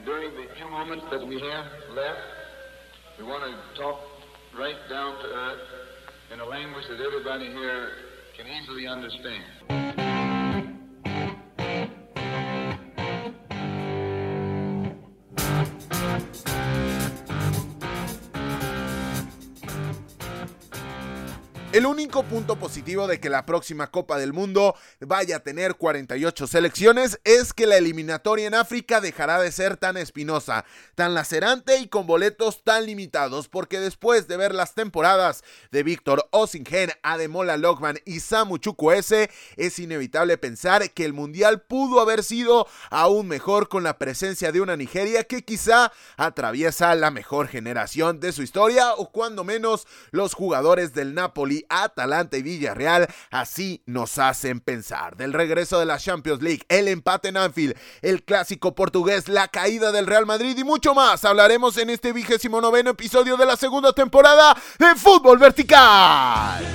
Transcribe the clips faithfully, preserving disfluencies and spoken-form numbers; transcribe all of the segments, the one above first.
during the few moments that we have left, we want to talk right down to earth in a language that everybody here can easily understand. El único punto positivo de que la próxima Copa del Mundo vaya a tener cuarenta y ocho selecciones es que la eliminatoria en África dejará de ser tan espinosa, tan lacerante y con boletos tan limitados, porque después de ver las temporadas de Víctor Osimhen, Ademola Lookman y Samu Chukwueze, es inevitable pensar que el Mundial pudo haber sido aún mejor con la presencia de una Nigeria que quizá atraviesa la mejor generación de su historia, o cuando menos los jugadores del Napoli, Atalanta y Villarreal así nos hacen pensar. Del regreso de la Champions League, el empate en Anfield, el clásico portugués, la caída del Real Madrid y mucho más hablaremos en este vigésimo noveno episodio de la segunda temporada de Fútbol Vertical.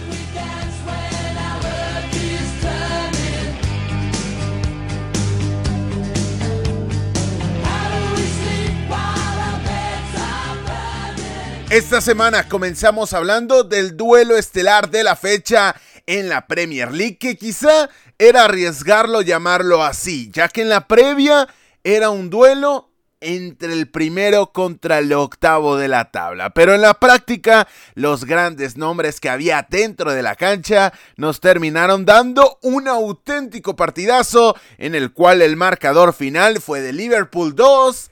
Esta semana comenzamos hablando del duelo estelar de la fecha en la Premier League, que quizá era arriesgarlo llamarlo así, ya que en la previa era un duelo entre el primero contra el octavo de la tabla, pero en la práctica los grandes nombres que había dentro de la cancha nos terminaron dando un auténtico partidazo en el cual el marcador final fue de Liverpool dos,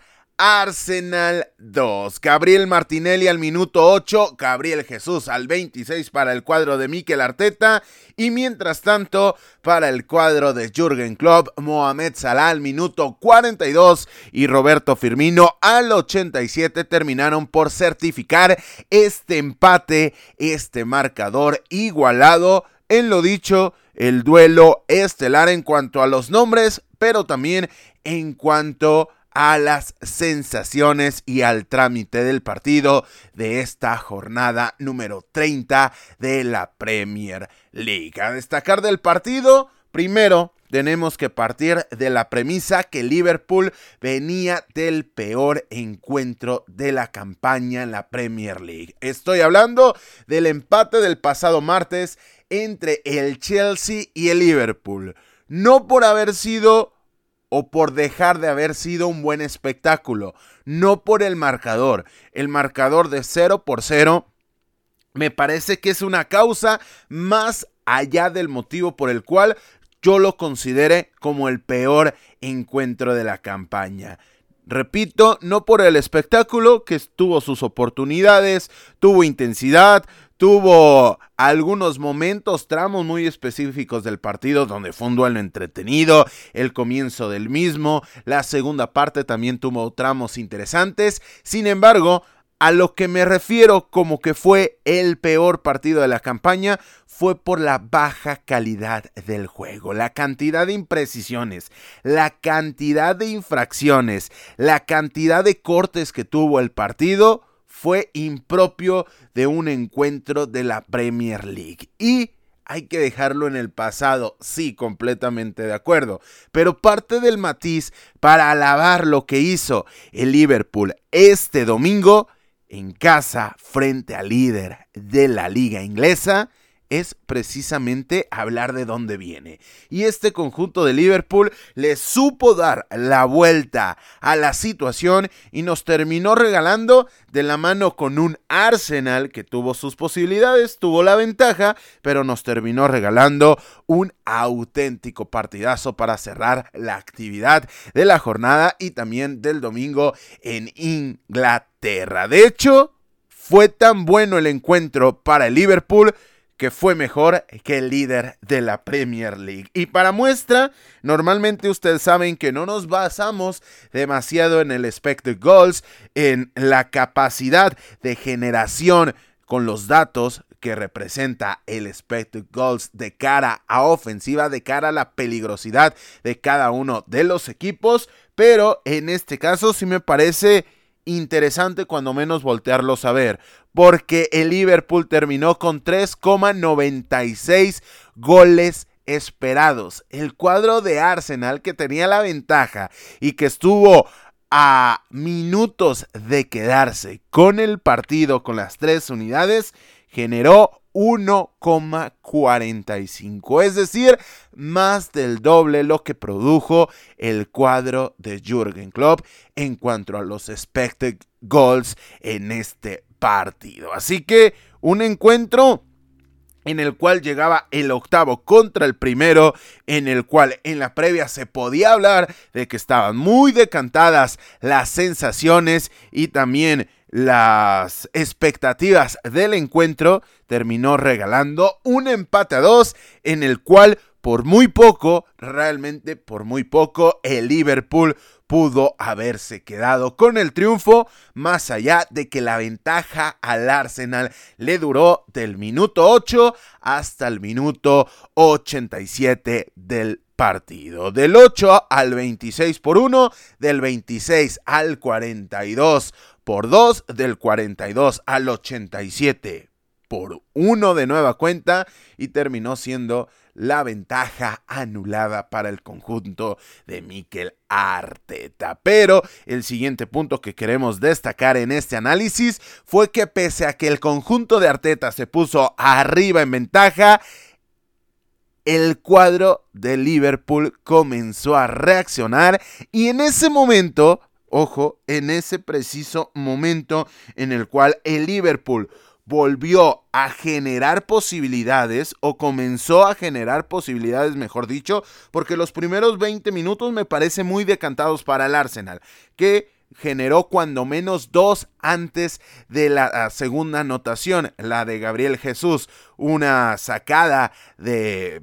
Arsenal dos. Gabriel Martinelli al minuto ocho, Gabriel Jesús al veintiséis para el cuadro de Mikel Arteta, y mientras tanto para el cuadro de Jürgen Klopp, Mohamed Salah al minuto cuarenta y dos y Roberto Firmino al ochenta y siete terminaron por certificar este empate, este marcador igualado. En lo dicho, el duelo estelar en cuanto a los nombres, pero también en cuanto a las sensaciones y al trámite del partido de esta jornada número treinta de la Premier League. A destacar del partido, primero tenemos que partir de la premisa que Liverpool venía del peor encuentro de la campaña en la Premier League. Estoy hablando del empate del pasado martes entre el Chelsea y el Liverpool. No por haber sido o por dejar de haber sido un buen espectáculo, no por el marcador. El marcador de cero por cero me parece que es una causa más allá del motivo por el cual yo lo considere como el peor encuentro de la campaña. Repito, no por el espectáculo, que tuvo sus oportunidades, tuvo intensidad, tuvo algunos momentos, tramos muy específicos del partido donde fue un duelo entretenido, el comienzo del mismo, la segunda parte también tuvo tramos interesantes. Sin embargo, a lo que me refiero como que fue el peor partido de la campaña fue por la baja calidad del juego, la cantidad de imprecisiones, la cantidad de infracciones, la cantidad de cortes que tuvo el partido fue impropio de un encuentro de la Premier League. Y hay que dejarlo en el pasado, sí, completamente de acuerdo. Pero parte del matiz para alabar lo que hizo el Liverpool este domingo en casa frente al líder de la liga inglesa es precisamente hablar de dónde viene. Y este conjunto de Liverpool le supo dar la vuelta a la situación y nos terminó regalando de la mano con un Arsenal que tuvo sus posibilidades, tuvo la ventaja, pero nos terminó regalando un auténtico partidazo para cerrar la actividad de la jornada y también del domingo en Inglaterra. De hecho, fue tan bueno el encuentro para el Liverpool que fue mejor que el líder de la Premier League. Y para muestra, normalmente ustedes saben que no nos basamos demasiado en el expected goals, en la capacidad de generación con los datos que representa el expected goals de cara a ofensiva, de cara a la peligrosidad de cada uno de los equipos, pero en este caso sí me parece interesante cuando menos voltearlos a ver, porque el Liverpool terminó con tres coma noventa y seis goles esperados. El cuadro de Arsenal, que tenía la ventaja y que estuvo a minutos de quedarse con el partido con las tres unidades, generó uno coma cuarenta y cinco, es decir, más del doble lo que produjo el cuadro de Jürgen Klopp en cuanto a los expected goals en este partido. Así que un encuentro en el cual llegaba el octavo contra el primero, en el cual en la previa se podía hablar de que estaban muy decantadas las sensaciones y también las expectativas del encuentro, terminó regalando un empate a dos en el cual por muy poco, realmente por muy poco, el Liverpool pudo haberse quedado con el triunfo, más allá de que la ventaja al Arsenal le duró del minuto ocho hasta el minuto ochenta y siete del partido. Del ocho al veintiséis por uno, del veintiséis al cuarenta y dos por dos, del cuarenta y dos al ochenta y siete por uno de nueva cuenta, y terminó siendo la ventaja anulada para el conjunto de Mikel Arteta. Pero el siguiente punto que queremos destacar en este análisis fue que pese a que el conjunto de Arteta se puso arriba en ventaja, el cuadro de Liverpool comenzó a reaccionar y en ese momento, ojo, en ese preciso momento en el cual el Liverpool volvió a generar posibilidades o comenzó a generar posibilidades, mejor dicho, porque los primeros veinte minutos me parece muy decantados para el Arsenal, que generó cuando menos dos antes de la segunda anotación, la de Gabriel Jesús, una sacada de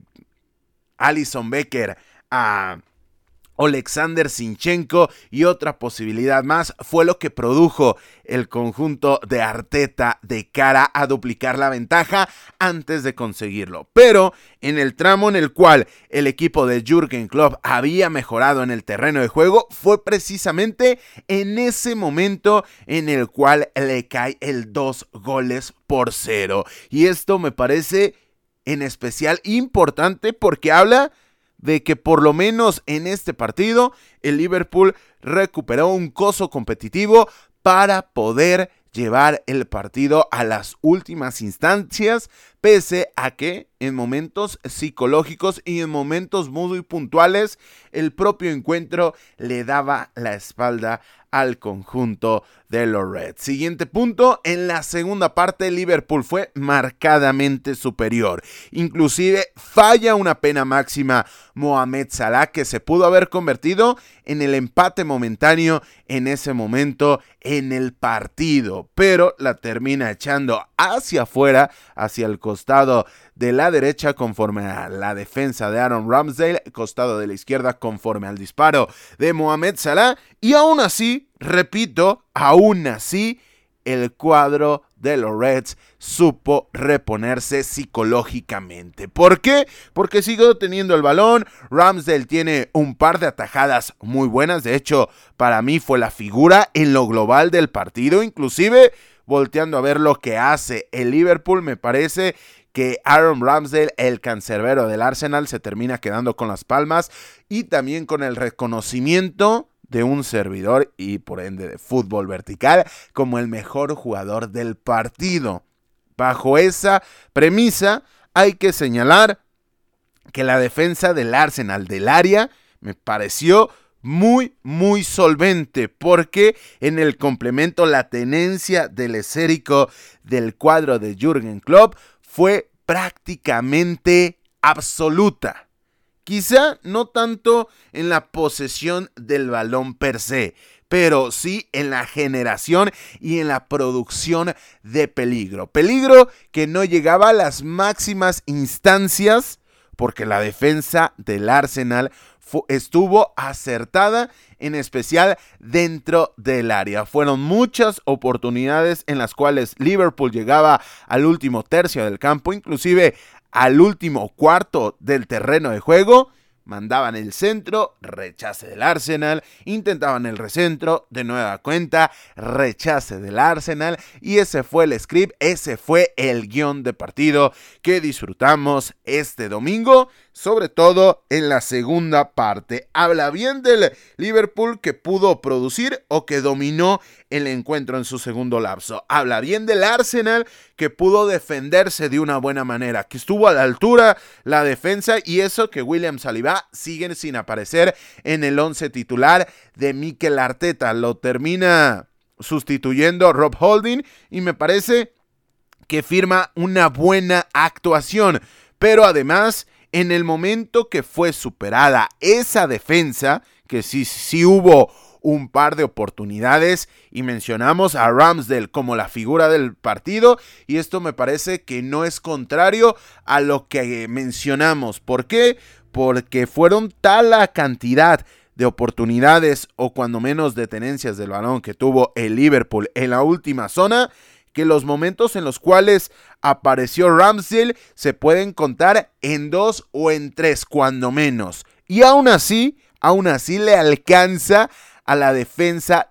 Alisson Becker a Oleksandr Zinchenko y otra posibilidad más fue lo que produjo el conjunto de Arteta de cara a duplicar la ventaja antes de conseguirlo. Pero en el tramo en el cual el equipo de Jürgen Klopp había mejorado en el terreno de juego, fue precisamente en ese momento en el cual le cae el dos goles por cero. Y esto me parece en especial importante porque habla de que por lo menos en este partido el Liverpool recuperó un coso competitivo para poder llevar el partido a las últimas instancias, pese a que en momentos psicológicos y en momentos muy puntuales el propio encuentro le daba la espalda al conjunto de los Reds. Siguiente punto, en la segunda parte Liverpool fue marcadamente superior. Inclusive falla una pena máxima Mohamed Salah que se pudo haber convertido en el empate momentáneo en ese momento en el partido, pero la termina echando hacia afuera, hacia el costado de la derecha conforme a la defensa de Aaron Ramsdale, costado de la izquierda conforme al disparo de Mohamed Salah, y aún así, repito, aún así, el cuadro de los Reds supo reponerse psicológicamente. ¿Por qué? Porque siguió teniendo el balón. Ramsdale tiene un par de atajadas muy buenas. De hecho, para mí fue la figura en lo global del partido. Inclusive, volteando a ver lo que hace el Liverpool, me parece que Aaron Ramsdale, el cancerbero del Arsenal, se termina quedando con las palmas y también con el reconocimiento de un servidor y por ende de fútbol vertical como el mejor jugador del partido. Bajo esa premisa hay que señalar que la defensa del Arsenal del área me pareció muy muy solvente, porque en el complemento la tenencia del esférico del cuadro de Jürgen Klopp fue prácticamente absoluta. Quizá no tanto en la posesión del balón per se, pero sí en la generación y en la producción de peligro. Peligro que no llegaba a las máximas instancias porque la defensa del Arsenal fu- estuvo acertada, en especial dentro del área. Fueron muchas oportunidades en las cuales Liverpool llegaba al último tercio del campo, inclusive al último cuarto del terreno de juego. Mandaban el centro, rechace del Arsenal, intentaban el recentro, de nueva cuenta, rechace del Arsenal, y ese fue el script, ese fue el guión de partido que disfrutamos este domingo, sobre todo en la segunda parte. Habla bien del Liverpool que pudo producir o que dominó el encuentro en su segundo lapso. Habla bien del Arsenal que pudo defenderse de una buena manera, que estuvo a la altura la defensa, y eso que William Saliba sigue sin aparecer en el once titular de Mikel Arteta. Lo termina sustituyendo Rob Holding y me parece que firma una buena actuación, pero además en el momento que fue superada esa defensa, que sí, sí hubo un par de oportunidades y mencionamos a Ramsdale como la figura del partido, y esto me parece que no es contrario a lo que mencionamos. ¿Por qué? Porque fueron tal la cantidad de oportunidades o cuando menos de tenencias del balón que tuvo el Liverpool en la última zona, que los momentos en los cuales apareció Ramsdale se pueden contar en dos o en tres cuando menos. Y aún así, aún así le alcanza a la defensa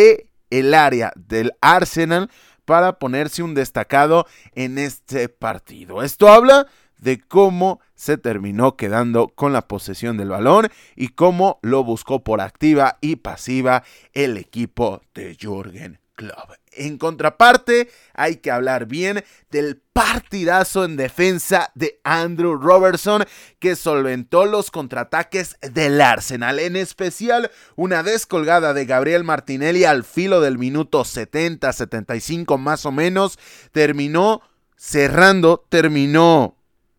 del área del Arsenal para ponerse un destacado en este partido. Esto habla de cómo se terminó quedando con la posesión del balón y cómo lo buscó por activa y pasiva el equipo de Jürgen Klopp. En contraparte, hay que hablar bien del partidazo en defensa de Andrew Robertson, que solventó los contraataques del Arsenal, en especial una descolgada de Gabriel Martinelli al filo del minuto setenta, setenta y cinco más o menos, terminó cerrando, terminó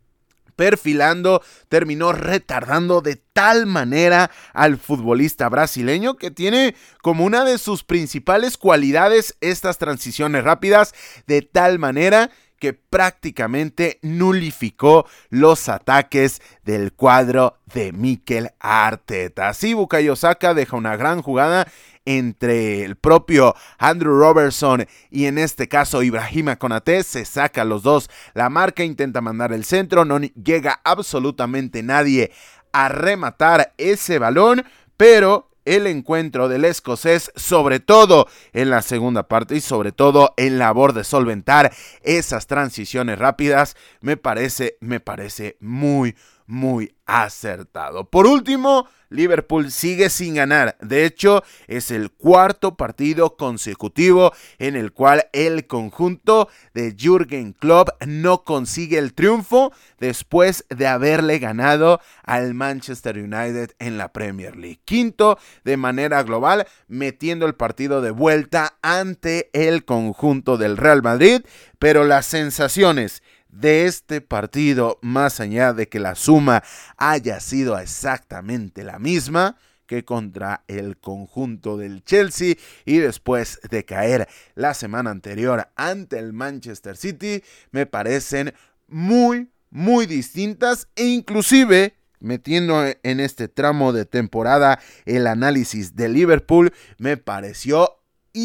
perfilando, terminó retardando de tal manera al futbolista brasileño, que tiene como una de sus principales cualidades estas transiciones rápidas, de tal manera que prácticamente nulificó los ataques del cuadro de Mikel Arteta. Así Bukayo Saka deja una gran jugada entre el propio Andrew Robertson y en este caso Ibrahima Konaté, se saca los dos la marca, intenta mandar el centro, no llega absolutamente nadie a rematar ese balón, pero el encuentro del escocés, sobre todo en la segunda parte y sobre todo en labor de solventar esas transiciones rápidas, me parece, me parece muy, muy acertado. Por último, Liverpool sigue sin ganar. De hecho, es el cuarto partido consecutivo en el cual el conjunto de Jürgen Klopp no consigue el triunfo después de haberle ganado al Manchester United en la Premier League. Quinto de manera global, metiendo el partido de vuelta ante el conjunto del Real Madrid, pero las sensaciones de este partido, más allá de que la suma haya sido exactamente la misma que contra el conjunto del Chelsea y después de caer la semana anterior ante el Manchester City, me parecen muy, muy distintas, e inclusive metiendo en este tramo de temporada el análisis de Liverpool, me pareció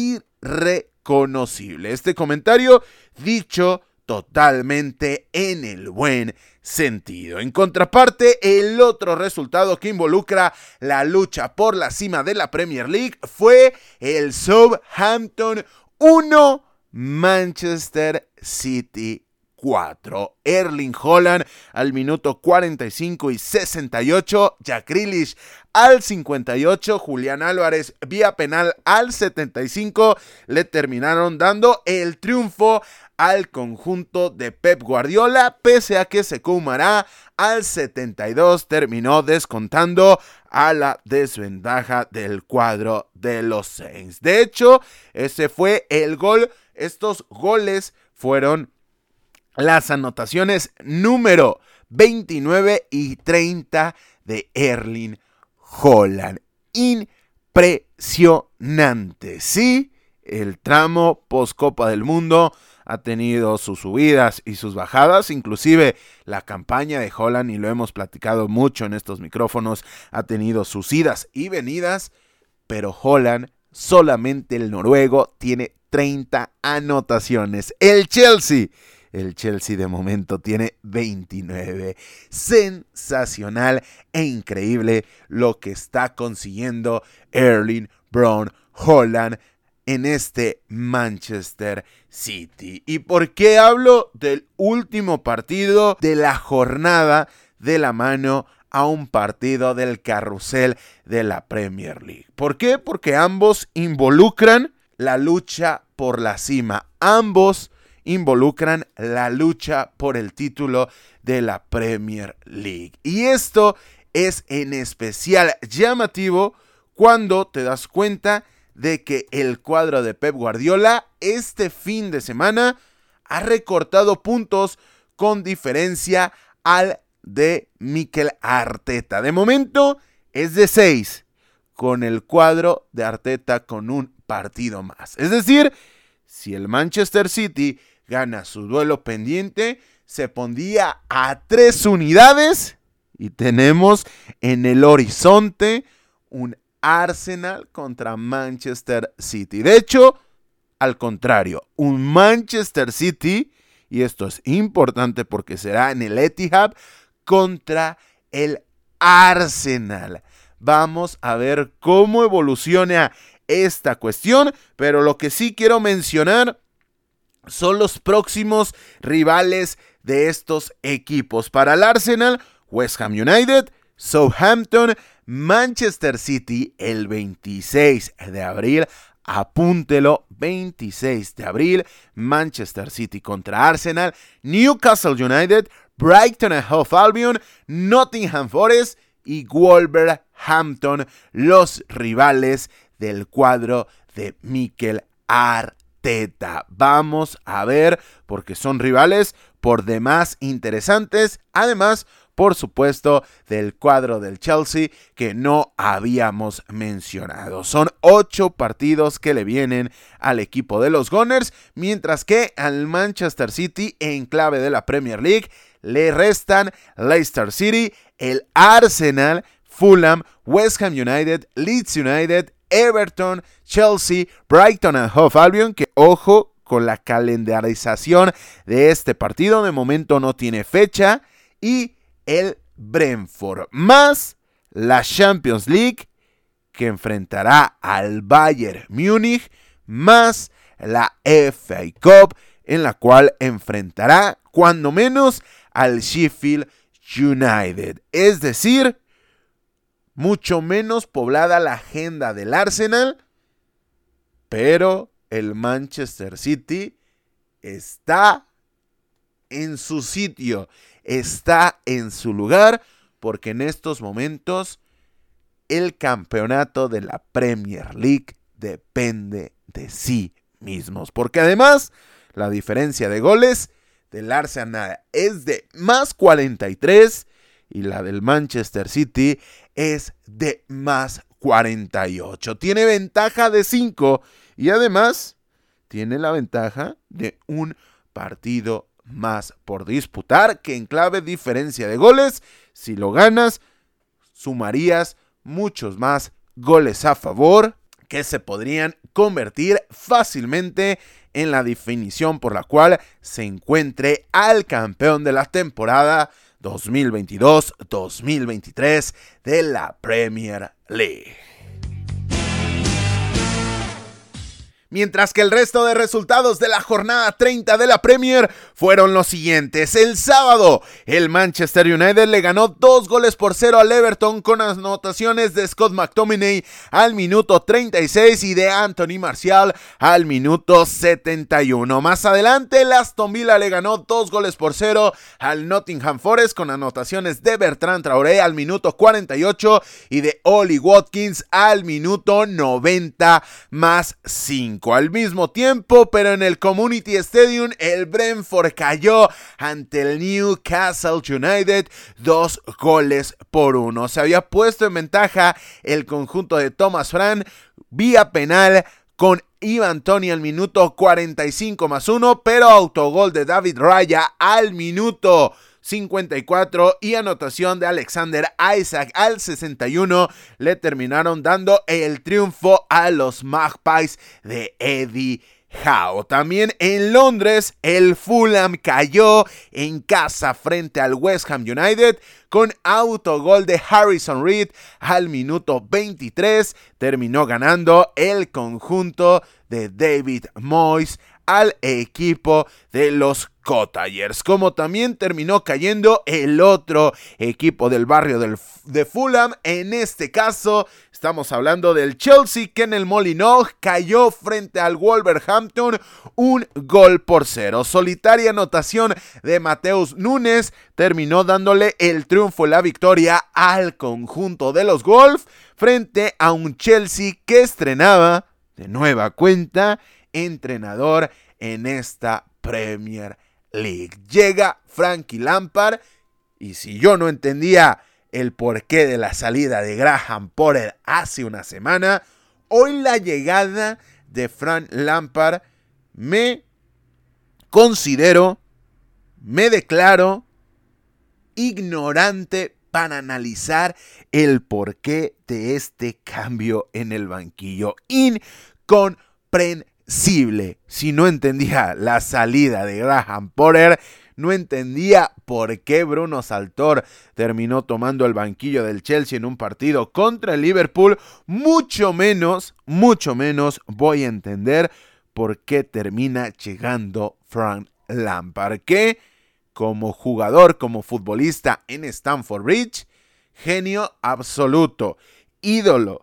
irreconocible. Este comentario dicho totalmente en el buen sentido. En contraparte, el otro resultado que involucra la lucha por la cima de la Premier League fue el Southampton uno, Manchester City cuatro. Erling Haaland al minuto cuarenta y cinco y sesenta y ocho, Jack Grealish al cincuenta y ocho, Julián Álvarez vía penal al setenta y cinco, le terminaron dando el triunfo al conjunto de Pep Guardiola, pese a que Sekou Mará al setenta y dos terminó descontando a la desventaja del cuadro de los Saints. De hecho, ese fue el gol. Estos goles fueron las anotaciones número veintinueve y treinta de Erling Haaland. Impresionante. Sí, el tramo post Copa del Mundo ha tenido sus subidas y sus bajadas, inclusive la campaña de Haaland, y lo hemos platicado mucho en estos micrófonos, ha tenido sus idas y venidas, pero Haaland, solamente el noruego, tiene treinta anotaciones. El Chelsea, el Chelsea de momento tiene veintinueve. Sensacional e increíble lo que está consiguiendo Erling Braut Haaland en este Manchester City. ¿Y por qué hablo del último partido de la jornada de la mano a un partido del carrusel de la Premier League. ¿Por qué? Porque ambos involucran la lucha por la cima. Ambos involucran la lucha por el título de la Premier League. Y esto es en especial llamativo cuando te das cuenta de que el cuadro de Pep Guardiola este fin de semana ha recortado puntos con diferencia al de Mikel Arteta. De momento es de seis, con el cuadro de Arteta con un partido más. Es decir, si el Manchester City gana su duelo pendiente, se pondría a tres unidades y tenemos en el horizonte un Arsenal contra Manchester City. De hecho, al contrario, un Manchester City, y esto es importante porque será en el Etihad, contra el Arsenal. Vamos a ver cómo evoluciona esta cuestión, pero lo que sí quiero mencionar son los próximos rivales de estos equipos. Para el Arsenal, West Ham United, Southampton, Manchester City el veintiséis de abril. Apúntelo, veintiséis de abril, Manchester City contra Arsenal, Newcastle United, Brighton and Hove Albion, Nottingham Forest y Wolverhampton, los rivales del cuadro de Mikel Arteta. Vamos a ver, porque son rivales por demás interesantes, además, por supuesto, del cuadro del Chelsea que no habíamos mencionado. Son ocho partidos que le vienen al equipo de los Gunners, mientras que al Manchester City, en clave de la Premier League, le restan Leicester City, el Arsenal, Fulham, West Ham United, Leeds United, Everton, Chelsea, Brighton and Hove Albion, que ojo con la calendarización de este partido, de momento no tiene fecha, y el Brentford, más la Champions League, que enfrentará al Bayern Múnich, más la F A Cup, en la cual enfrentará, cuando menos, al Sheffield United. Es decir, mucho menos poblada la agenda del Arsenal, pero el Manchester City está en su sitio, está en su lugar, porque en estos momentos el campeonato de la Premier League depende de sí mismos, porque además la diferencia de goles del Arsenal es de más cuarenta y tres y la del Manchester City es de más cuarenta y ocho. Tiene ventaja de cinco y además tiene la ventaja de un partido más por disputar, que en clave diferencia de goles, si lo ganas, sumarías muchos más goles a favor que se podrían convertir fácilmente en la definición por la cual se encuentre al campeón de la temporada dos mil veintidós dos mil veintitrés de la Premier League. Mientras que el resto de resultados de la jornada treinta de la Premier fueron los siguientes. El sábado, el Manchester United le ganó dos goles por cero al Everton con anotaciones de Scott McTominay al minuto treinta y seis y de Anthony Martial al minuto setenta y uno. Más adelante, el Aston Villa le ganó dos goles por cero al Nottingham Forest con anotaciones de Bertrand Traoré al minuto cuarenta y ocho y de Ollie Watkins al minuto noventa más cinco. Al mismo tiempo, pero en el Community Stadium, el Brentford cayó ante el Newcastle United dos goles por uno. Se había puesto en ventaja el conjunto de Thomas Frank vía penal con Ivan Toney al minuto cuarenta y cinco más uno, pero autogol de David Raya al minuto cincuenta y cuatro y anotación de Alexander Isak al sesenta y uno le terminaron dando el triunfo a los Magpies de Eddie Howe. También en Londres, el Fulham cayó en casa frente al West Ham United con autogol de Harrison Reed al minuto veintitrés. Terminó ganando el conjunto de David Moyes al equipo de los Cottagers, como también terminó cayendo el otro equipo del barrio del, de Fulham. En este caso estamos hablando del Chelsea, que en el Molineux cayó frente al Wolverhampton un gol por cero. Solitaria anotación de Mateus Nunes terminó dándole el triunfo y la victoria al conjunto de los Wolves frente a un Chelsea que estrenaba de nueva cuenta entrenador en esta Premier League. Llega Frankie Lampard, y si yo no entendía el porqué de la salida de Graham Potter hace una semana, hoy la llegada de Frank Lampard me considero, me declaro ignorante para analizar el porqué de este cambio en el banquillo. Incomprensible. Si no entendía la salida de Graham Potter, no entendía por qué Bruno Saltor terminó tomando el banquillo del Chelsea en un partido contra el Liverpool, mucho menos, mucho menos voy a entender por qué termina llegando Frank Lampard, que como jugador, como futbolista en Stamford Bridge, genio absoluto, ídolo,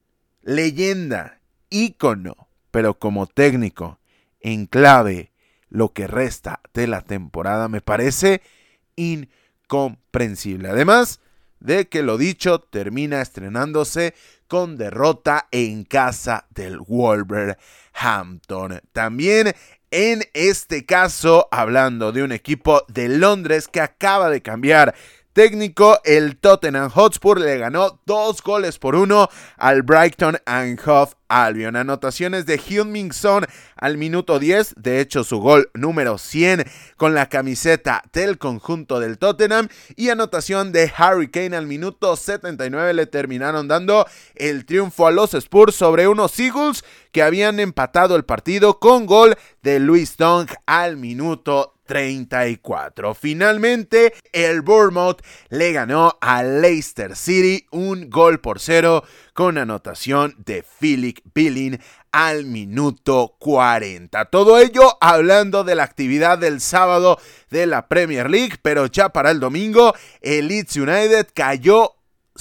leyenda, ícono, pero como técnico, en clave, lo que resta de la temporada me parece incomprensible. Además de que lo dicho, termina estrenándose con derrota en casa del Wolverhampton. También en este caso, hablando de un equipo de Londres que acaba de cambiar técnico, el Tottenham Hotspur le ganó dos goles por uno al Brighton and Hove Albion. Anotaciones de Heung-min Son al minuto diez, de hecho su gol número cien con la camiseta del conjunto del Tottenham, y anotación de Harry Kane al minuto setenta y nueve le terminaron dando el triunfo a los Spurs sobre unos Eagles que habían empatado el partido con gol de Luis Dunk al minuto treinta y cuatro. Finalmente, el Bournemouth le ganó a Leicester City un gol por cero con anotación de Philip Billing al minuto cuarenta. Todo ello hablando de la actividad del sábado de la Premier League, pero ya para el domingo el Leeds United cayó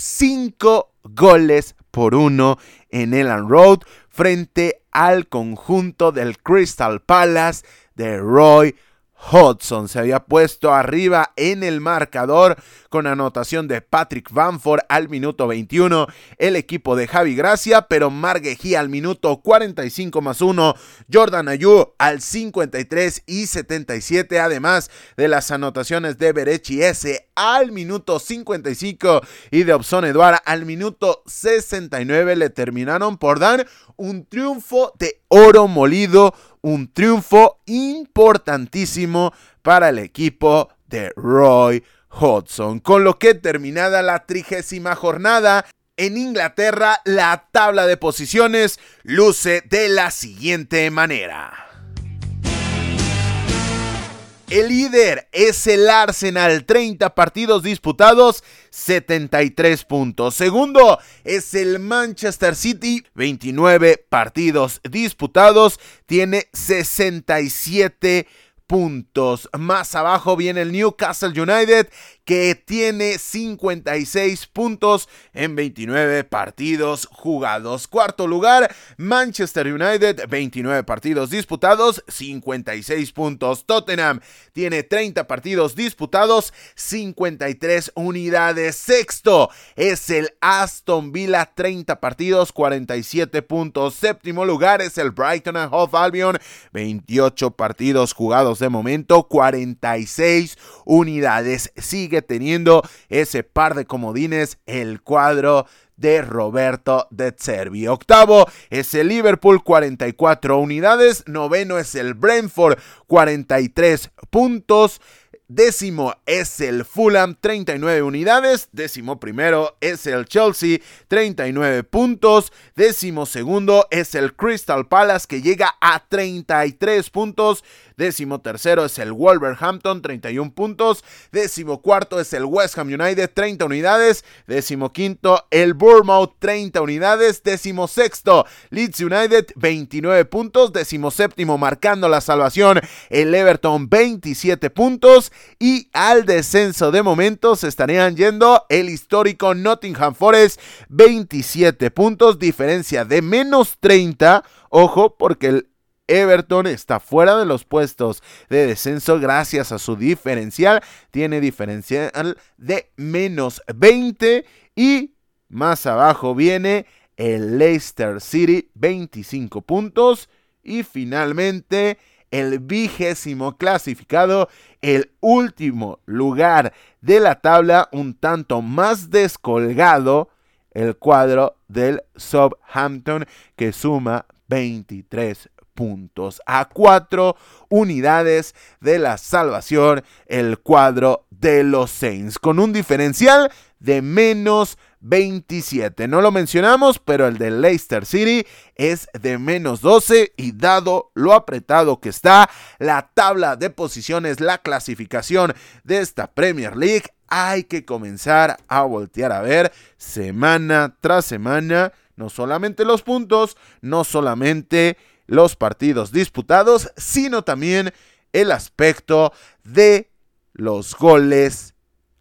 cinco goles por uno en Elland Road frente al conjunto del Crystal Palace de Roy Hodgson. Se había puesto arriba en el marcador con anotación de Patrick Bamford al minuto veintiuno, el equipo de Javi Gracia, pero Marc Guehi al minuto cuarenta y cinco más uno, Jordan Ayew al cincuenta y tres y setenta y siete, además de las anotaciones de Berechi S al minuto cincuenta y cinco y de Obson Edouard al minuto sesenta y nueve, le terminaron por dar un triunfo de oro molido, un triunfo importantísimo para el equipo de Roy Hodgson. Con lo que, terminada la trigésima jornada en Inglaterra, la tabla de posiciones luce de la siguiente manera. El líder es el Arsenal, treinta partidos disputados, setenta y tres puntos. Segundo es el Manchester City, veintinueve partidos disputados, tiene sesenta y siete puntos. Más abajo viene el Newcastle United, que tiene cincuenta y seis puntos en veintinueve partidos jugados. Cuarto lugar, Manchester United, veintinueve partidos disputados, cincuenta y seis puntos. Tottenham tiene treinta partidos disputados, cincuenta y tres unidades. Sexto es el Aston Villa, treinta partidos, cuarenta y siete puntos. Séptimo lugar es el Brighton and Hove Albion, veintiocho partidos jugados de momento, cuarenta y seis unidades. Sigue teniendo ese par de comodines el cuadro de Roberto De Zerbi. Octavo es el Liverpool, cuarenta y cuatro unidades. Noveno es el Brentford, cuarenta y tres puntos. Décimo es el Fulham, treinta y nueve unidades. Décimo primero es el Chelsea, treinta y nueve puntos. Décimo segundo es el Crystal Palace, que llega a treinta y tres puntos. Décimo tercero es el Wolverhampton, treinta y un puntos. Décimo cuarto es el West Ham United, treinta unidades. Décimo quinto el Bournemouth, treinta unidades. Décimo sexto Leeds United, veintinueve puntos. Décimo séptimo marcando la salvación el Everton, veintisiete puntos. Y al descenso de momento se estarían yendo el histórico Nottingham Forest, veintisiete puntos, diferencia de menos treinta. Ojo, porque el Everton está fuera de los puestos de descenso gracias a su diferencial. Tiene diferencial de menos veinte. Y más abajo viene el Leicester City, veinticinco puntos. Y finalmente el vigésimo clasificado, el último lugar de la tabla, un tanto más descolgado, el cuadro del Southampton, que suma veintitrés puntos. A cuatro unidades de la salvación, el cuadro de los Saints, con un diferencial de menos veintisiete. No lo mencionamos, pero el de Leicester City es de menos doce, y dado lo apretado que está la tabla de posiciones, la clasificación de esta Premier League, hay que comenzar a voltear a ver semana tras semana, no solamente los puntos, no solamente los partidos disputados, sino también el aspecto de los goles,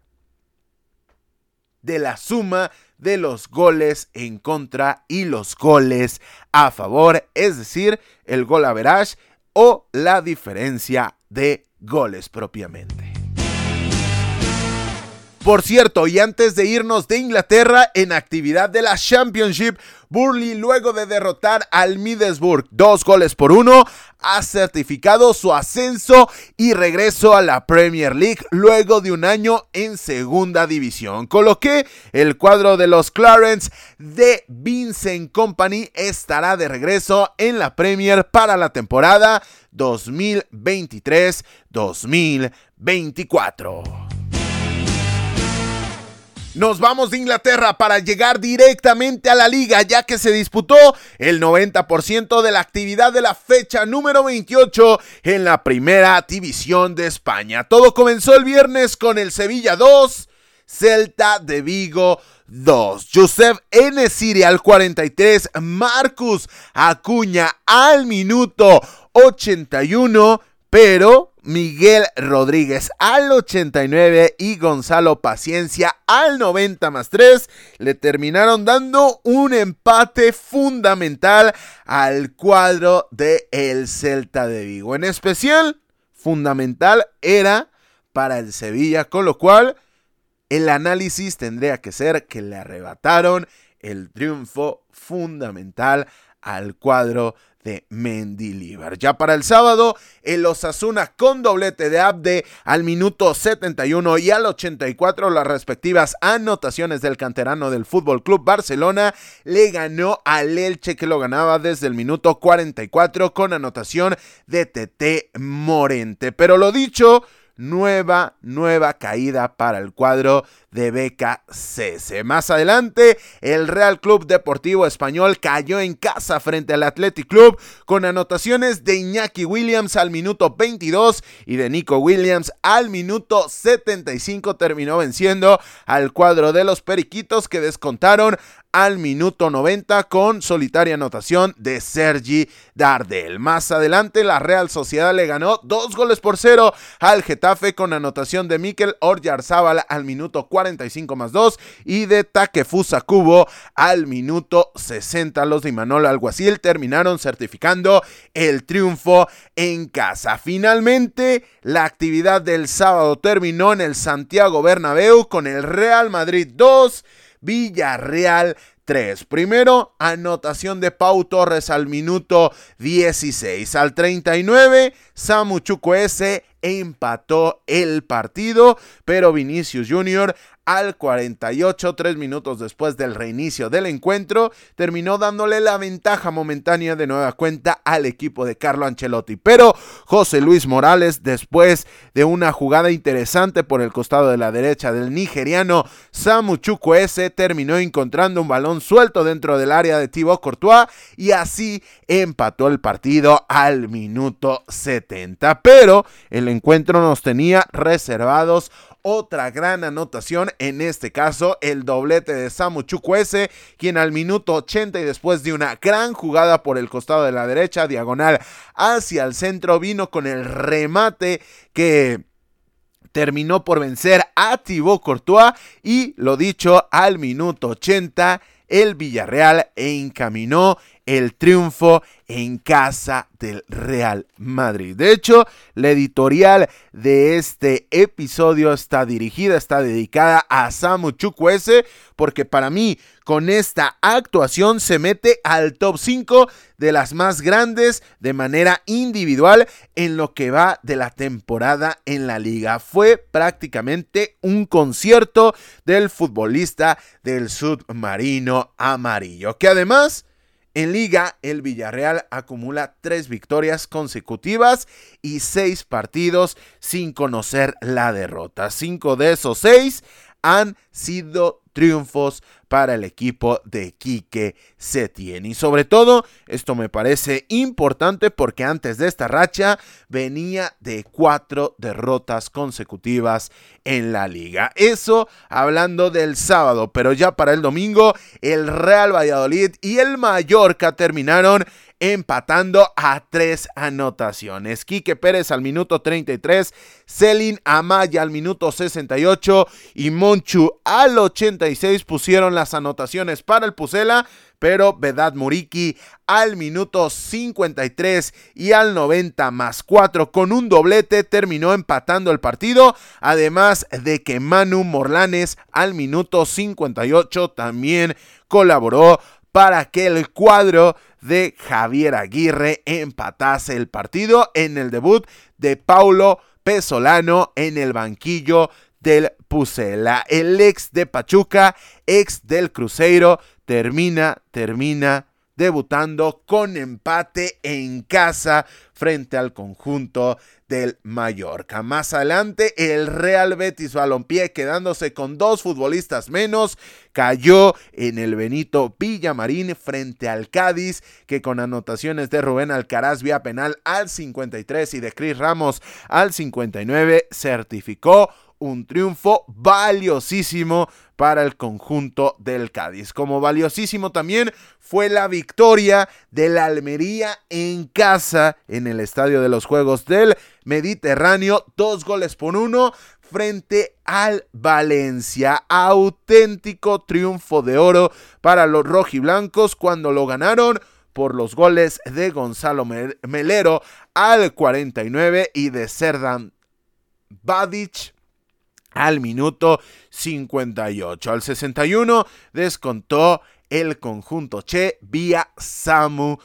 de la suma de los goles en contra y los goles a favor, es decir, el gol average o la diferencia de goles propiamente. Por cierto, y antes de irnos de Inglaterra, en actividad de la Championship, Burnley, luego de derrotar al Middlesbrough dos goles por uno, ha certificado su ascenso y regreso a la Premier League luego de un año en segunda división. Con lo que el cuadro de los Clarence de Vincent Kompany estará de regreso en la Premier para la temporada dos mil veintitrés dos mil veinticuatro. Nos vamos de Inglaterra para llegar directamente a la liga, ya que se disputó el noventa por ciento de la actividad de la fecha número veintiocho en la primera división de España. Todo comenzó el viernes con el Sevilla dos, Celta de Vigo dos. Josep En-Nesyri al cuarenta y tres, Marcus Acuña al minuto ochenta y uno, pero Miguel Rodríguez al ochenta y nueve y Gonzalo Paciencia al noventa más tres le terminaron dando un empate fundamental al cuadro de el Celta de Vigo. En especial, fundamental era para el Sevilla, con lo cual el análisis tendría que ser que le arrebataron el triunfo fundamental al cuadro de Mendilibar. Ya para el sábado, el Osasuna con doblete de Abde al minuto setenta y uno y al ochenta y cuatro, las respectivas anotaciones del canterano del F C Barcelona, le ganó al Elche, que lo ganaba desde el minuto cuarenta y cuatro con anotación de Tete Morente. Pero lo dicho, nueva, nueva caída para el cuadro de B K C S. Más adelante, el Real Club Deportivo Español cayó en casa frente al Athletic Club con anotaciones de Iñaki Williams al minuto veintidós y de Nico Williams al minuto setenta y cinco. Terminó venciendo al cuadro de los Periquitos, que descontaron al minuto noventa con solitaria anotación de Sergi Dardel. Más adelante, la Real Sociedad le ganó dos goles por cero al Getafe con anotación de Mikel Oyarzabal al minuto cuarenta y cinco más dos y de Takefusa Kubo al minuto sesenta. Los de Imanol Alguacil terminaron certificando el triunfo en casa. Finalmente, la actividad del sábado terminó en el Santiago Bernabéu con el Real Madrid dos, Villarreal tres. Primero, anotación de Pau Torres al minuto dieciséis. Al treinta y nueve, Samu Chukwueze empató el partido, pero Vinicius Junior al cuarenta y ocho, tres minutos después del reinicio del encuentro, terminó dándole la ventaja momentánea de nueva cuenta al equipo de Carlo Ancelotti. Pero José Luis Morales, después de una jugada interesante por el costado de la derecha del nigeriano Samu Chukwueze, terminó encontrando un balón suelto dentro del área de Thibaut Courtois y así empató el partido al minuto setenta. Pero el encuentro nos tenía reservados otra gran anotación, en este caso el doblete de Samu Chukwueze, quien al minuto ochenta y después de una gran jugada por el costado de la derecha, diagonal hacia el centro, vino con el remate que terminó por vencer a Thibaut Courtois y, lo dicho, al minuto ochenta el Villarreal encaminó el triunfo en casa del Real Madrid. De hecho, la editorial de este episodio está dirigida, está dedicada a Samu Chukwueze, porque para mí, con esta actuación se mete al top cinco de las más grandes de manera individual en lo que va de la temporada en la liga. Fue prácticamente un concierto del futbolista del submarino amarillo, que además en liga, el Villarreal acumula tres victorias consecutivas y seis partidos sin conocer la derrota. Cinco de esos seis han sido triunfos para el equipo de Quique Setién. Y sobre todo, esto me parece importante porque antes de esta racha venía de cuatro derrotas consecutivas en la liga. Eso hablando del sábado, pero ya para el domingo, el Real Valladolid y el Mallorca terminaron empatando a tres anotaciones. Quique Pérez al minuto treinta y tres, Celin Amaya al minuto sesenta y ocho y Monchu al ochenta y seis pusieron las anotaciones para el Pucela, pero Vedat Muriqui al minuto cincuenta y tres y al noventa más cuatro con un doblete terminó empatando el partido, además de que Manu Morlanes al minuto cincuenta y ocho también colaboró para que el cuadro de Javier Aguirre empatase el partido en el debut de Paulo Pesolano en el banquillo del Pucela. El ex de Pachuca, ex del Cruzeiro, termina, termina debutando con empate en casa frente al conjunto del Mallorca. Más adelante, el Real Betis Balompié, quedándose con dos futbolistas menos, cayó en el Benito Villamarín frente al Cádiz, que con anotaciones de Rubén Alcaraz vía penal al cincuenta y tres y de Cris Ramos al cincuenta y nueve, certificó un triunfo valiosísimo para el conjunto del Cádiz. Como valiosísimo también fue la victoria del Almería en casa en el Estadio de los Juegos del Mediterráneo, dos goles por uno frente al Valencia. Auténtico triunfo de oro para los rojiblancos cuando lo ganaron por los goles de Gonzalo Melero al cuarenta y nueve y de Serdar Badic al minuto cincuenta y ocho. Al sesenta y uno descontó el conjunto Che vía Samu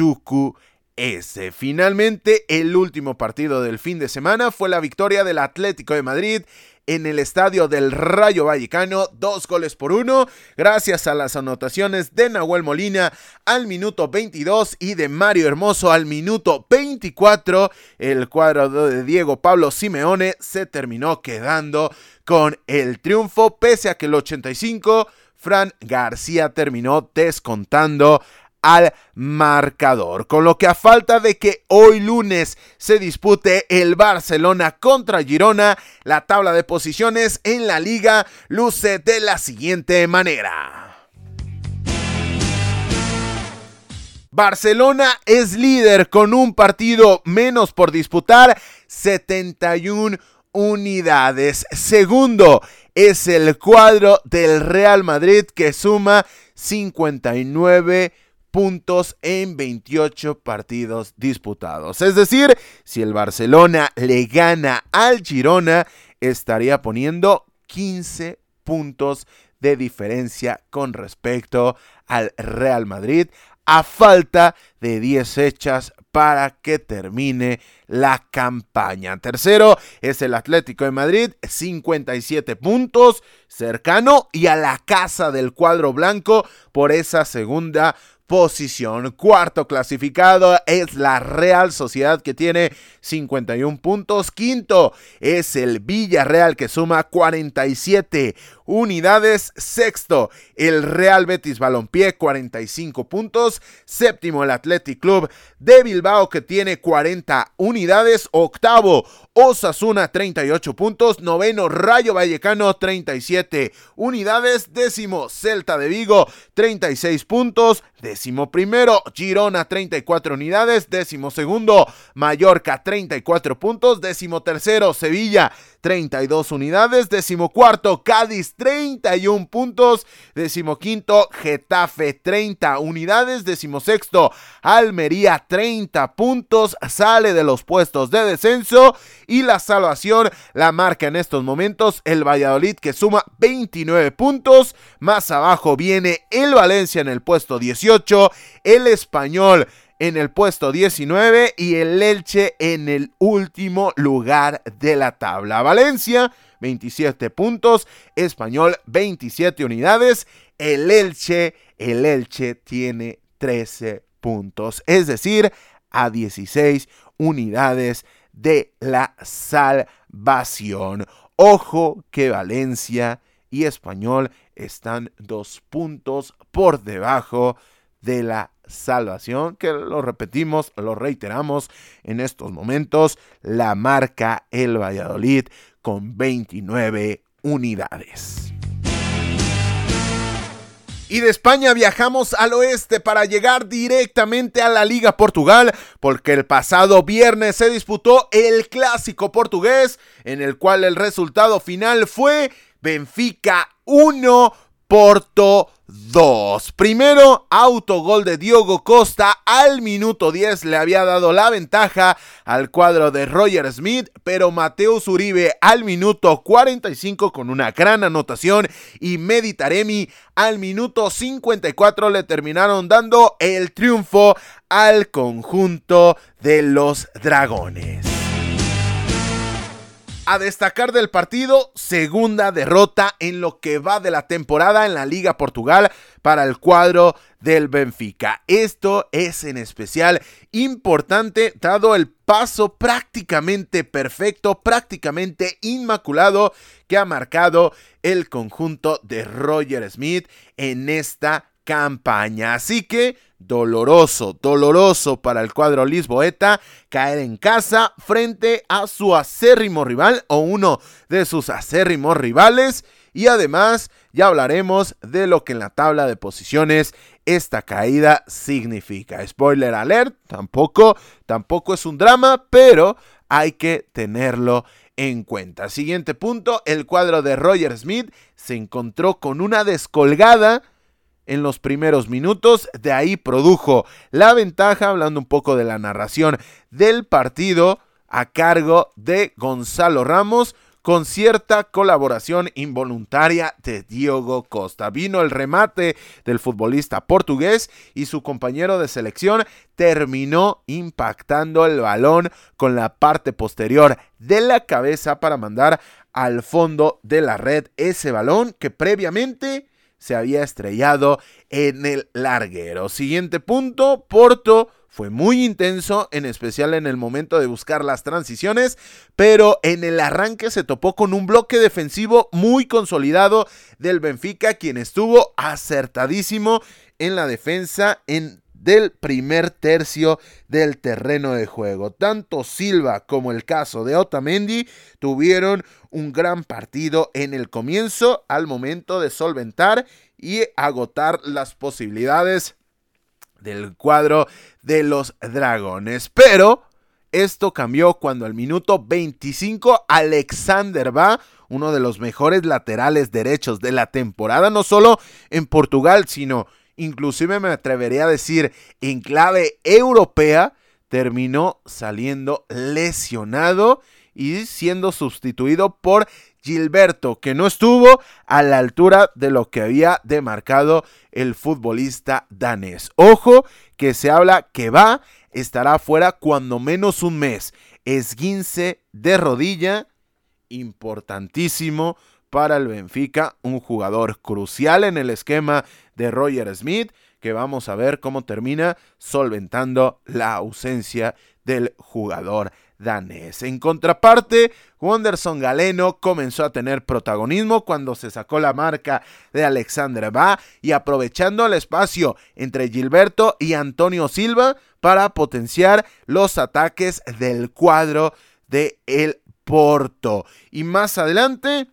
Chukwueze. Finalmente, el último partido del fin de semana fue la victoria del Atlético de Madrid en el estadio del Rayo Vallecano, dos goles por uno, gracias a las anotaciones de Nahuel Molina al minuto veintidós y de Mario Hermoso al minuto veinticuatro. El cuadro de Diego Pablo Simeone se terminó quedando con el triunfo, pese a que el ochenta y cinco, Fran García terminó descontando al marcador, con lo que a falta de que hoy lunes se dispute el Barcelona contra Girona, la tabla de posiciones en la liga luce de la siguiente manera. Barcelona es líder con un partido menos por disputar, setenta y una unidades. Segundo es el cuadro del Real Madrid, que suma cincuenta y nueve puntos en veintiocho partidos disputados. Es decir, si el Barcelona le gana al Girona, estaría poniendo quince puntos de diferencia con respecto al Real Madrid, a falta de diez fechas para que termine la campaña. Tercero es el Atlético de Madrid, cincuenta y siete puntos, cercano y a la casa del cuadro blanco por esa segunda posición. Cuarto clasificado es la Real Sociedad, que tiene cincuenta y uno puntos. Quinto es el Villarreal, que suma cuarenta y siete unidades. Sexto, el Real Betis Balompié, cuarenta y cinco puntos. Séptimo, el Athletic Club de Bilbao, que tiene cuarenta unidades. Octavo, Osasuna, treinta y ocho puntos. Noveno, Rayo Vallecano, treinta y siete unidades. Décimo, Celta de Vigo, treinta y seis puntos. Décimo primero, Girona, treinta y cuatro unidades. Décimo segundo, Mallorca, treinta y cuatro puntos. Décimo tercero, Sevilla, treinta y dos unidades. Décimo cuarto, Cádiz, treinta y uno puntos. Décimo quinto, Getafe, treinta unidades. Décimo sexto, Almería, treinta puntos. Sale de los puestos de descenso y la salvación la marca en estos momentos el Valladolid, que suma veintinueve puntos. Más abajo viene el Valencia en el puesto dieciocho, el Español en el puesto diecinueve y el Elche en el último lugar de la tabla. Valencia, veintisiete puntos, Español, veintisiete unidades, el Elche, el Elche tiene trece puntos, es decir, a dieciséis unidades de la salvación. Ojo que Valencia y Español están dos puntos por debajo de la salvación, que lo repetimos, lo reiteramos en estos momentos, la marca el Valladolid con veintinueve unidades. Y de España viajamos al oeste para llegar directamente a la Liga Portugal, porque el pasado viernes se disputó el clásico portugués, en el cual el resultado final fue Benfica uno, Porto dos. Primero, autogol de Diogo Costa al minuto diez, le había dado la ventaja al cuadro de Roger Smith, pero Mateus Uribe al minuto cuarenta y cinco con una gran anotación y Mehdi Taremi al minuto cincuenta y cuatro le terminaron dando el triunfo al conjunto de los Dragones. A destacar del partido, segunda derrota en lo que va de la temporada en la Liga Portugal para el cuadro del Benfica. Esto es en especial importante dado el paso prácticamente perfecto, prácticamente inmaculado que ha marcado el conjunto de Roger Smith en esta campaña. Así que doloroso, doloroso para el cuadro lisboeta caer en casa frente a su acérrimo rival o uno de sus acérrimos rivales, y además ya hablaremos de lo que en la tabla de posiciones esta caída significa. Spoiler alert, tampoco, tampoco es un drama, pero hay que tenerlo en cuenta. Siguiente punto, el cuadro de Roger Smith se encontró con una descolgada en los primeros minutos, de ahí produjo la ventaja, hablando un poco de la narración del partido a cargo de Gonzalo Ramos, con cierta colaboración involuntaria de Diogo Costa. Vino el remate del futbolista portugués y su compañero de selección terminó impactando el balón con la parte posterior de la cabeza para mandar al fondo de la red ese balón que previamente se había estrellado en el larguero. Siguiente punto, Porto fue muy intenso, en especial en el momento de buscar las transiciones, pero en el arranque se topó con un bloque defensivo muy consolidado del Benfica, quien estuvo acertadísimo en la defensa en del primer tercio del terreno de juego. Tanto Silva como el caso de Otamendi tuvieron un gran partido en el comienzo al momento de solventar y agotar las posibilidades del cuadro de los Dragones. Pero esto cambió cuando al minuto veinticinco Alexander Ba, uno de los mejores laterales derechos de la temporada, no solo en Portugal, sino inclusive me atrevería a decir en clave europea, terminó saliendo lesionado y siendo sustituido por Gilberto, que no estuvo a la altura de lo que había demarcado el futbolista danés. Ojo que se habla que va, estará fuera cuando menos un mes. Esguince de rodilla, importantísimo para el Benfica, un jugador crucial en el esquema de Roger Smith, que vamos a ver cómo termina solventando la ausencia del jugador danés. En contraparte, Wanderson Galeno comenzó a tener protagonismo cuando se sacó la marca de Alexander Ba y aprovechando el espacio entre Gilberto y Antonio Silva para potenciar los ataques del cuadro de el Porto. Y más adelante,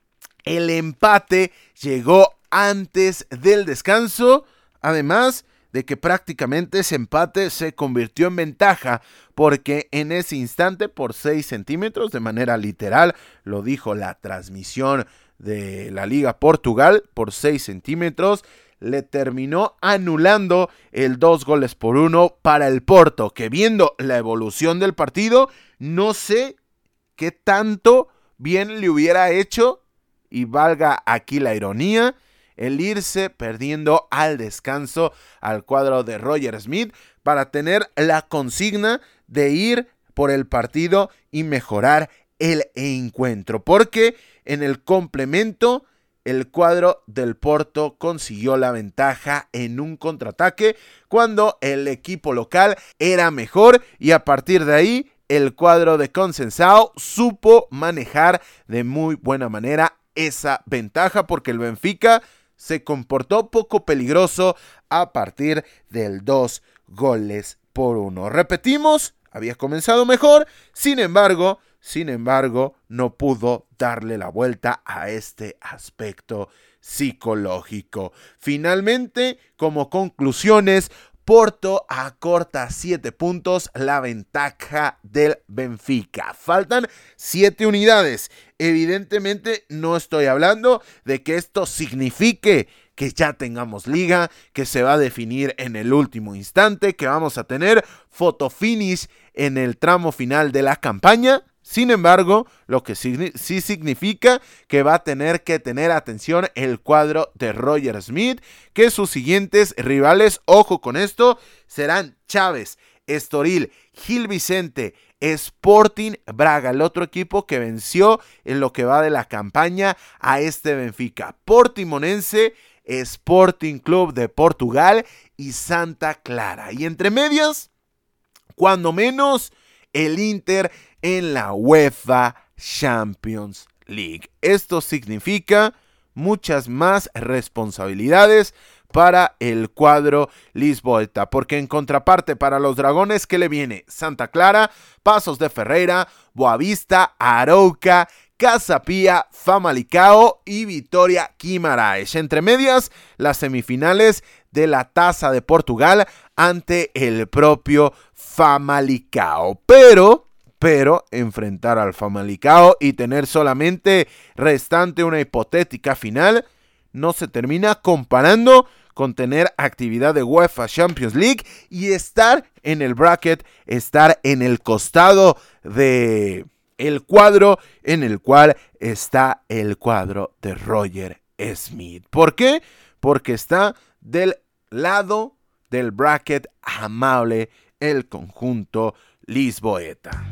el empate llegó antes del descanso, además de que prácticamente ese empate se convirtió en ventaja, porque en ese instante, por seis centímetros, de manera literal, lo dijo la transmisión de la Liga Portugal, por seis centímetros, le terminó anulando el dos goles por uno para el Porto, que viendo la evolución del partido, no sé qué tanto bien le hubiera hecho, y valga aquí la ironía, el irse perdiendo al descanso al cuadro de Roger Smith para tener la consigna de ir por el partido y mejorar el encuentro, porque en el complemento el cuadro del Porto consiguió la ventaja en un contraataque cuando el equipo local era mejor, y a partir de ahí el cuadro de Conceição supo manejar de muy buena manera esa ventaja, porque el Benfica se comportó poco peligroso a partir del dos goles por uno. Repetimos, había comenzado mejor, sin embargo, sin embargo, no pudo darle la vuelta a este aspecto psicológico. Finalmente, como conclusiones, Porto acorta siete puntos la ventaja del Benfica. Faltan siete unidades. Evidentemente no estoy hablando de que esto signifique que ya tengamos liga, que se va a definir en el último instante, que vamos a tener fotofinish en el tramo final de la campaña. Sin embargo, lo que sí, sí significa que va a tener que tener atención el cuadro de Roger Smith, que sus siguientes rivales, ojo con esto, serán Chávez, Estoril, Gil Vicente, Sporting Braga, el otro equipo que venció en lo que va de la campaña a este Benfica, Portimonense, Sporting Club de Portugal y Santa Clara. Y entre medias, cuando menos, el Inter en la UEFA Champions League. Esto significa muchas más responsabilidades para el cuadro lisboeta, porque en contraparte para los dragones, ¿qué le viene? Santa Clara, Paços de Ferreira, Boavista, Arouca, Casa Pia, Famalicão y Vitória Guimarães. Entre medias, las semifinales de la Taça de Portugal ante el propio Famalicão. Pero... Pero enfrentar al Famalicão y tener solamente restante una hipotética final no se termina comparando con tener actividad de UEFA Champions League y estar en el bracket, estar en el costado de el cuadro en el cual está el cuadro de Roger Smith. ¿Por qué? Porque está del lado del bracket amable el conjunto lisboeta.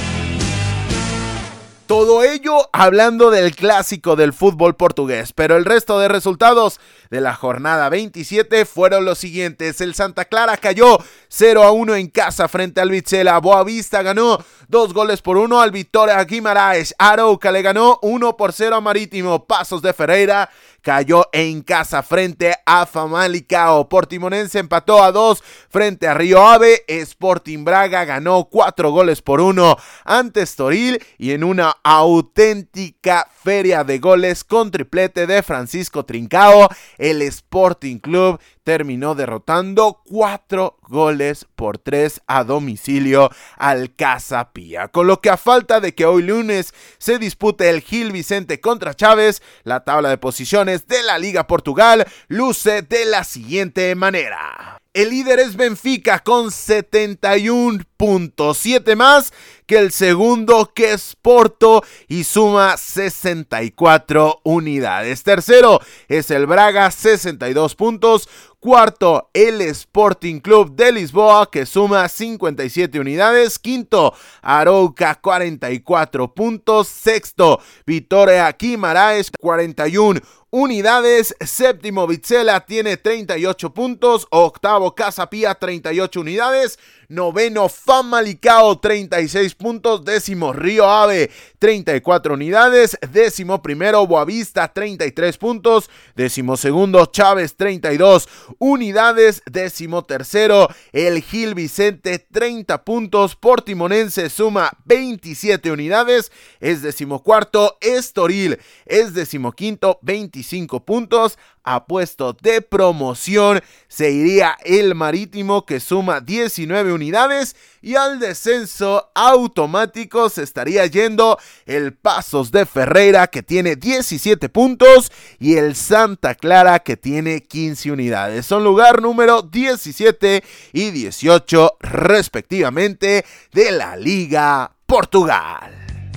Todo ello hablando del clásico del fútbol portugués, pero el resto de resultados de la jornada veintisiete fueron los siguientes. El Santa Clara cayó cero a uno en casa frente al Vizela. Boavista ganó dos goles por uno al Vitória Guimarães. Arouca le ganó uno por cero a Marítimo. Paços de Ferreira cayó en casa frente a Famalicão. Portimonense empató a dos frente a Río Ave. Sporting Braga ganó cuatro goles por uno ante Estoril y en una auténtica feria de goles con triplete de Francisco Trincao, el Sporting Club terminó derrotando cuatro goles por tres a domicilio al Casa Pia. Con lo que a falta de que hoy lunes se dispute el Gil Vicente contra Chávez, la tabla de posiciones de la Liga Portugal luce de la siguiente manera. El líder es Benfica con setenta y uno puntos, siete más que el segundo, que es Porto, y suma sesenta y cuatro unidades. Tercero es el Braga, sesenta y dos puntos. Cuarto, el Sporting Club de Lisboa, que suma cincuenta y siete unidades. Quinto, Arouca, cuarenta y cuatro puntos. Sexto, Vitória Guimarães, cuarenta y una unidades. Séptimo, Vizela tiene treinta y ocho puntos. Octavo, Casa Pia, treinta y ocho unidades. Noveno, Famalicão, treinta y seis puntos. Décimo, Río Ave, treinta y cuatro unidades. Décimo primero, Boavista, treinta y tres puntos. Décimo segundo, Chávez, treinta y dos unidades. Décimo tercero, el Gil Vicente, treinta puntos. Portimonense suma veintisiete unidades. Es decimocuarto, Estoril es decimoquinto, veinticinco puntos. A puesto de promoción se iría el Marítimo, que suma diecinueve unidades, y al descenso automático se estaría yendo el Paços de Ferreira, que tiene diecisiete puntos, y el Santa Clara, que tiene quince unidades. Son lugar número diecisiete y dieciocho respectivamente de la Liga Portugal.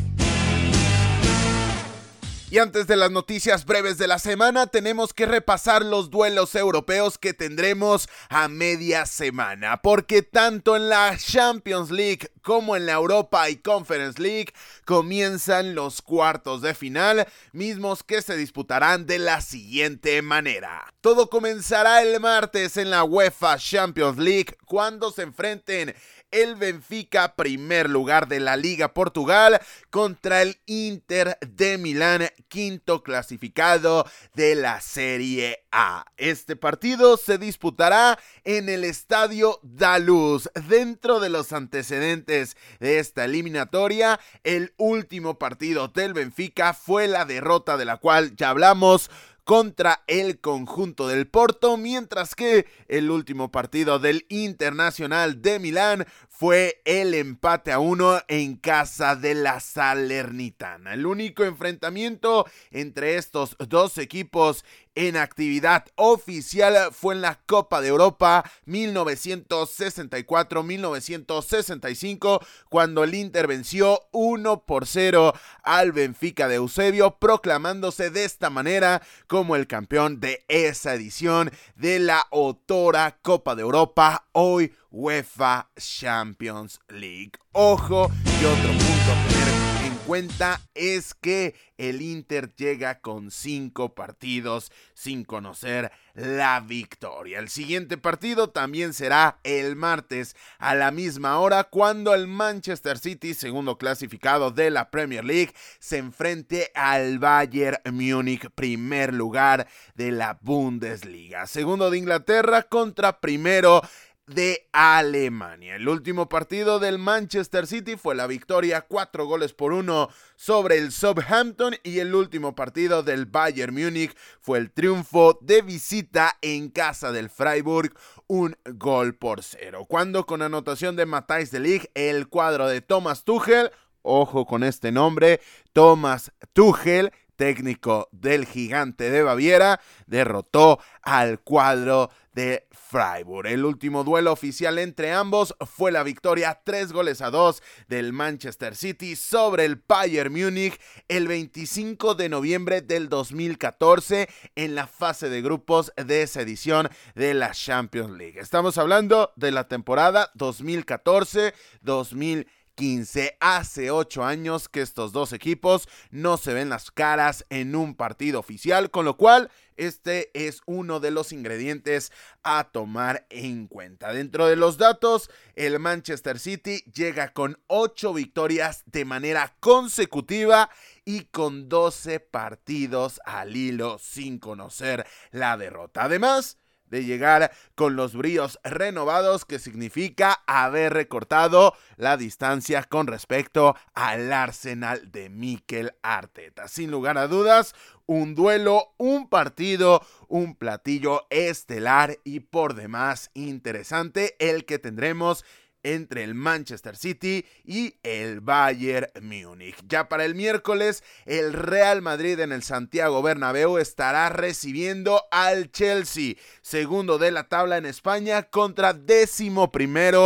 Y antes de las noticias breves de la semana, tenemos que repasar los duelos europeos que tendremos a media semana, porque tanto en la Champions League como en la Europa y Conference League comienzan los cuartos de final, mismos que se disputarán de la siguiente manera. Todo comenzará el martes en la UEFA Champions League, cuando se enfrenten el Benfica, primer lugar de la Liga Portugal, contra el Inter de Milán, quinto clasificado de la Serie A. Este partido se disputará en el Estadio da Luz. Dentro de los antecedentes de esta eliminatoria, el último partido del Benfica fue la derrota de la cual ya hablamos contra el conjunto del Porto, mientras que el último partido del Internacional de Milán fue el empate a uno en casa de la Salernitana. El único enfrentamiento entre estos dos equipos en actividad oficial fue en la Copa de Europa mil novecientos sesenta y cuatro mil novecientos sesenta y cinco, cuando el Inter venció uno por cero al Benfica de Eusebio, proclamándose de esta manera como el campeón de esa edición de la otrora Copa de Europa, hoy UEFA Champions League. Ojo, y otro punto a tener en cuenta es que el Inter llega con cinco partidos sin conocer la victoria. El siguiente partido también será el martes a la misma hora, cuando el Manchester City, segundo clasificado de la Premier League, se enfrente al Bayern Múnich, primer lugar de la Bundesliga. Segundo de Inglaterra contra primero de Alemania. El último partido del Manchester City fue la victoria cuatro goles por uno sobre el Southampton, y el último partido del Bayern Múnich fue el triunfo de visita en casa del Freiburg, un gol por cero, cuando con anotación de Matthijs de Ligt, el cuadro de Thomas Tuchel, ojo con este nombre, Thomas Tuchel, técnico del gigante de Baviera, derrotó al cuadro de Freiburg. El último duelo oficial entre ambos fue la victoria tres goles a dos del Manchester City sobre el Bayern Múnich el veinticinco de noviembre del dos mil catorce en la fase de grupos de esa edición de la Champions League. Estamos hablando de la temporada dos mil catorce dos mil quince. Hace ocho años que estos dos equipos no se ven las caras en un partido oficial, con lo cual este es uno de los ingredientes a tomar en cuenta. Dentro de los datos, el Manchester City llega con ocho victorias de manera consecutiva y con doce partidos al hilo sin conocer la derrota. Además de llegar con los bríos renovados, que significa haber recortado la distancia con respecto al Arsenal de Mikel Arteta. Sin lugar a dudas, un duelo, un partido, un platillo estelar y por demás interesante el que tendremos entre el Manchester City y el Bayern Múnich. Ya para el miércoles, el Real Madrid en el Santiago Bernabéu estará recibiendo al Chelsea, segundo de la tabla en España, contra décimo primero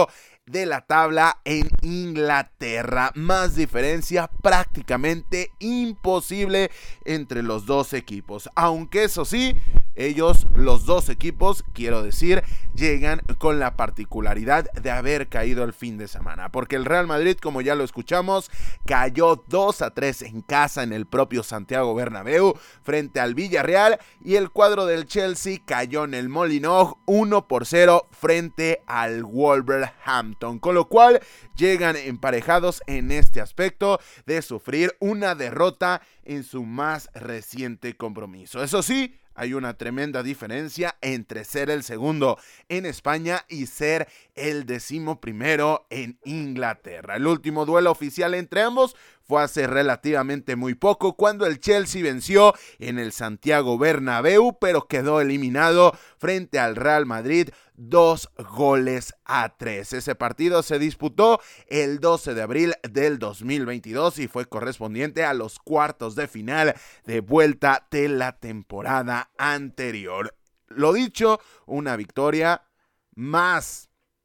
de la tabla en Inglaterra. Más diferencia prácticamente imposible entre los dos equipos. Aunque eso sí, ellos, los dos equipos, quiero decir, llegan con la particularidad de haber caído el fin de semana. Porque el Real Madrid, como ya lo escuchamos, cayó dos a tres en casa en el propio Santiago Bernabéu frente al Villarreal. Y el cuadro del Chelsea cayó en el Molineux uno por cero frente al Wolverhampton. Con lo cual llegan emparejados en este aspecto de sufrir una derrota en su más reciente compromiso. Eso sí, hay una tremenda diferencia entre ser el segundo en España y ser el decimoprimero en Inglaterra. El último duelo oficial entre ambos fue hace relativamente muy poco, cuando el Chelsea venció en el Santiago Bernabéu, pero quedó eliminado frente al Real Madrid dos goles a tres. Ese partido se disputó el doce de abril del dos mil veintidós y fue correspondiente a los cuartos de final de vuelta de la temporada anterior. Lo dicho, una victoria más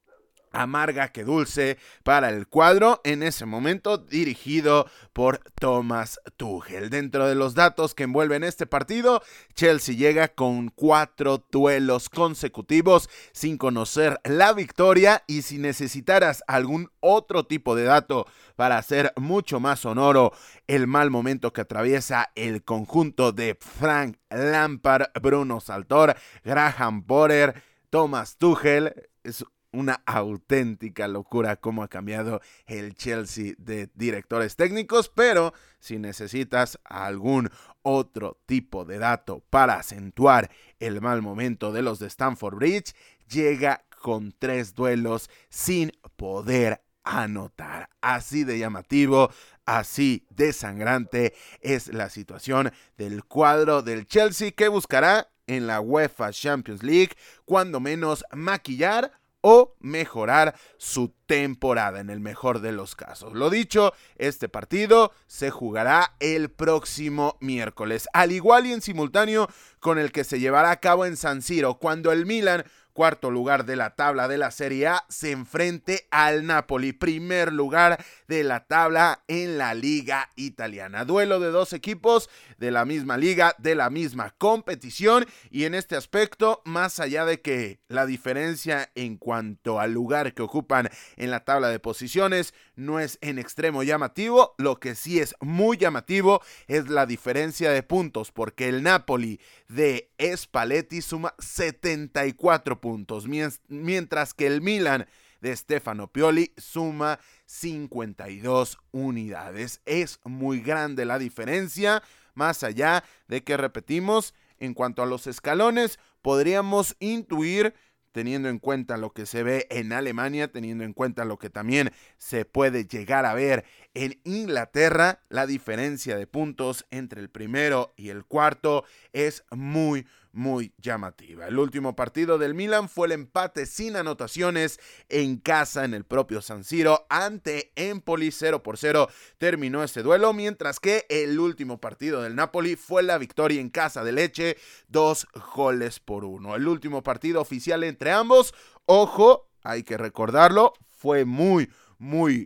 amarga que dulce para el cuadro en ese momento dirigido por Thomas Tuchel. Dentro de los datos que envuelven este partido, Chelsea llega con cuatro duelos consecutivos sin conocer la victoria, y si necesitaras algún otro tipo de dato para hacer mucho más sonoro el mal momento que atraviesa el conjunto de Frank Lampard, Bruno Saltor, Graham Potter, Thomas Tuchel, es una auténtica locura cómo ha cambiado el Chelsea de directores técnicos. Pero si necesitas algún otro tipo de dato para acentuar el mal momento de los de Stamford Bridge, llega con tres duelos sin poder anotar. Así de llamativo, así de sangrante es la situación del cuadro del Chelsea, que buscará en la UEFA Champions League cuando menos maquillar o mejorar su temporada en el mejor de los casos. Lo dicho, este partido se jugará el próximo miércoles, al igual y en simultáneo con el que se llevará a cabo en San Siro, cuando el Milan, cuarto lugar de la tabla de la Serie A, se enfrente al Napoli, primer lugar de la tabla en la Liga Italiana. Duelo de dos equipos de la misma liga, de la misma competición, y en este aspecto, más allá de que la diferencia en cuanto al lugar que ocupan en la tabla de posiciones no es en extremo llamativo, lo que sí es muy llamativo es la diferencia de puntos, porque el Napoli de Spalletti suma setenta y cuatro puntos, mientras que el Milan de Stefano Pioli suma cincuenta y dos unidades. Es muy grande la diferencia, más allá de que, repetimos, en cuanto a los escalones, podríamos intuir, teniendo en cuenta lo que se ve en Alemania, teniendo en cuenta lo que también se puede llegar a ver en Inglaterra, la diferencia de puntos entre el primero y el cuarto es muy, muy llamativa. El último partido del Milan fue el empate sin anotaciones en casa en el propio San Siro ante Empoli. Cero por cero terminó ese duelo, mientras que el último partido del Napoli fue la victoria en casa de Lecce, dos goles por uno. El último partido oficial entre ambos, ojo, hay que recordarlo, fue muy, muy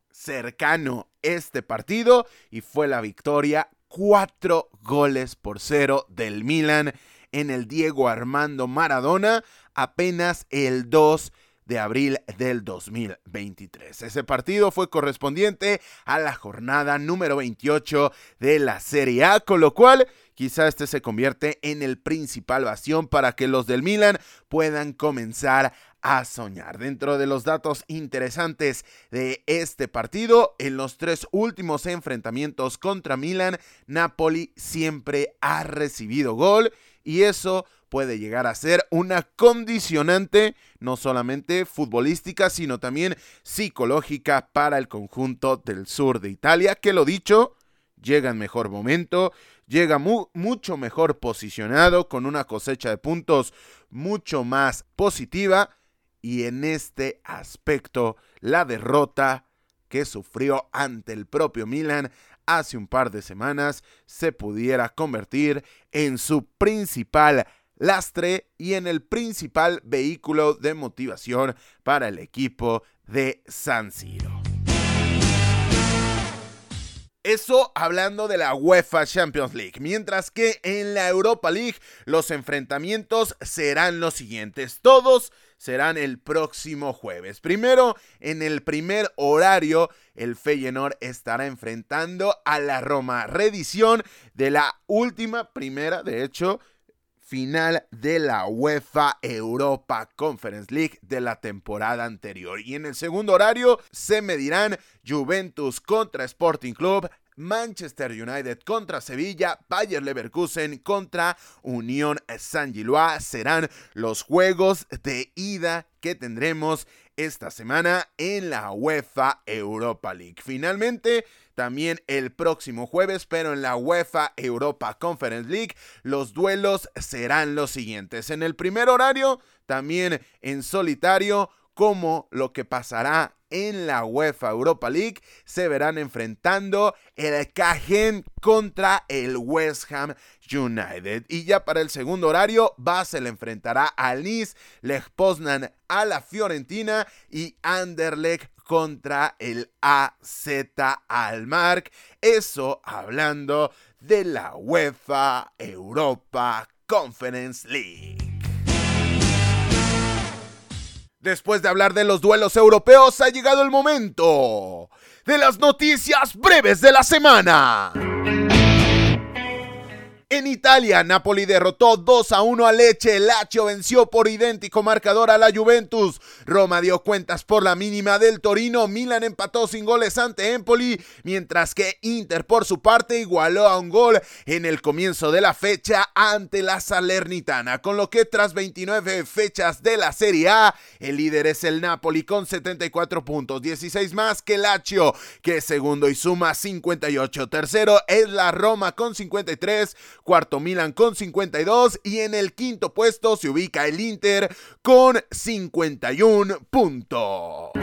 cercano este partido y fue la victoria cuatro goles por cero del Milan en el Diego Armando Maradona, apenas el dos de abril del dos mil veintitrés. Ese partido fue correspondiente a la jornada número veintiocho de la Serie A, con lo cual quizá este se convierte en el principal bastión para que los del Milan puedan comenzar a soñar. Dentro de los datos interesantes de este partido, en los tres últimos enfrentamientos contra Milan, Napoli siempre ha recibido gol, y eso puede llegar a ser una condicionante no solamente futbolística, sino también psicológica para el conjunto del sur de Italia, que, lo dicho, llega en mejor momento, llega mu- mucho mejor posicionado, con una cosecha de puntos mucho más positiva, y en este aspecto la derrota que sufrió ante el propio Milan hace un par de semanas se pudiera convertir en su principal lastre y en el principal vehículo de motivación para el equipo de San Siro. Eso hablando de la UEFA Champions League, mientras que en la Europa League los enfrentamientos serán los siguientes. Todos serán el próximo jueves. Primero, en el primer horario, el Feyenoord estará enfrentando a la Roma, reedición de la última, primera, de hecho, final de la UEFA Europa Conference League de la temporada anterior. Y en el segundo horario se medirán Juventus contra Sporting Club, Manchester United contra Sevilla, Bayer Leverkusen contra Unión Saint-Gilloise. Serán los juegos de ida que tendremos esta semana en la UEFA Europa League. Finalmente, también el próximo jueves, pero en la UEFA Europa Conference League, los duelos serán los siguientes. En el primer horario, también en solitario, como lo que pasará en la UEFA Europa League, se verán enfrentando el Caen contra el West Ham United. Y ya para el segundo horario, Basel enfrentará al Nice, Lech Poznan a la Fiorentina y Anderlecht contra el A Z Alkmaar. Eso hablando de la UEFA Europa Conference League. Después de hablar de los duelos europeos, ha llegado el momento de las noticias breves de la semana. En Italia, Napoli derrotó dos a uno a Lecce, Lazio venció por idéntico marcador a la Juventus, Roma dio cuentas por la mínima del Torino, Milan empató sin goles ante Empoli, mientras que Inter por su parte igualó a un gol en el comienzo de la fecha ante la Salernitana, con lo que tras veintinueve fechas de la Serie A, el líder es el Napoli con setenta y cuatro puntos, dieciséis más que Lazio, que es segundo y suma cincuenta y ocho, tercero es la Roma con cincuenta y tres, cuarto Milan con cincuenta y dos y en el quinto puesto se ubica el Inter con cincuenta y uno puntos.